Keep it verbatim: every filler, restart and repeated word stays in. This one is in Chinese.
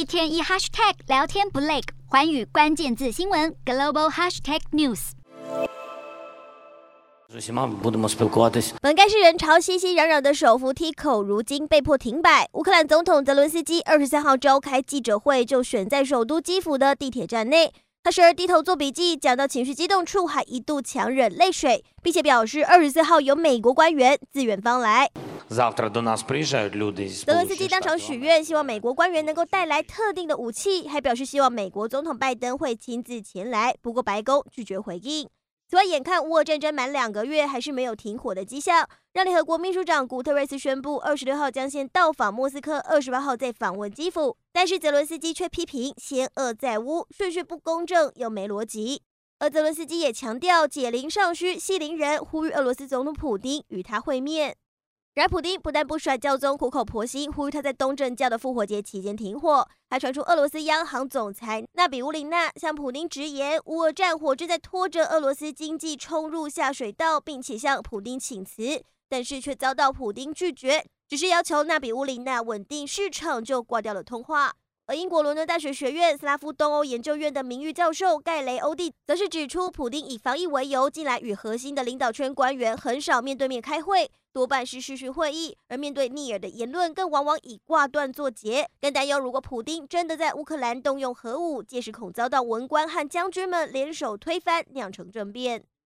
天一 hashtag 聊天不累，寰宇关键字新闻 global hashtag news。 本该是人潮熙熙攘攘的手扶梯口，如今被迫停摆。乌克兰总统泽伦斯基二十三号召开记者会，就选在首都基辅的地铁站内。他时而低头做笔记，讲到情绪激动处，还一度强忍泪水，并且表示二十四号有美国官员自远方来。泽伦斯基当场许愿，希望美国官员能够带来特定的武器，还表示希望美国总统拜登会亲自前来。不过白宫拒绝回应。此外，眼看乌俄战争满两个月，还是没有停火的迹象，让联合国秘书长古特瑞斯宣布，二十六号将先到访莫斯科，二十八号再访问基辅。但是泽伦斯基却批评先俄再乌，顺序不公正又没逻辑。而泽伦斯基也强调解铃尚须系铃人，呼吁俄罗斯总统普丁与他会面。然而，普丁不但不甩教宗苦口婆心，呼吁他在东正教的复活节期间停火，还传出俄罗斯央行总裁纳比乌林娜向普丁直言，乌俄战火正在拖着俄罗斯经济冲入下水道，并且向普丁请辞，但是却遭到普丁拒绝，只是要求纳比乌林娜稳定市场，就挂掉了通话。而英国伦敦大学学院斯拉夫东欧研究院的名誉教授盖雷欧蒂则是指出，普丁以防疫为由，近来与核心的领导圈官员很少面对面开会，多半是视讯会议，而面对逆耳的言论，更往往以挂断作结。更担忧，如果普丁真的在乌克兰动用核武，届时恐遭到文官和将军们联手推翻，酿成政变。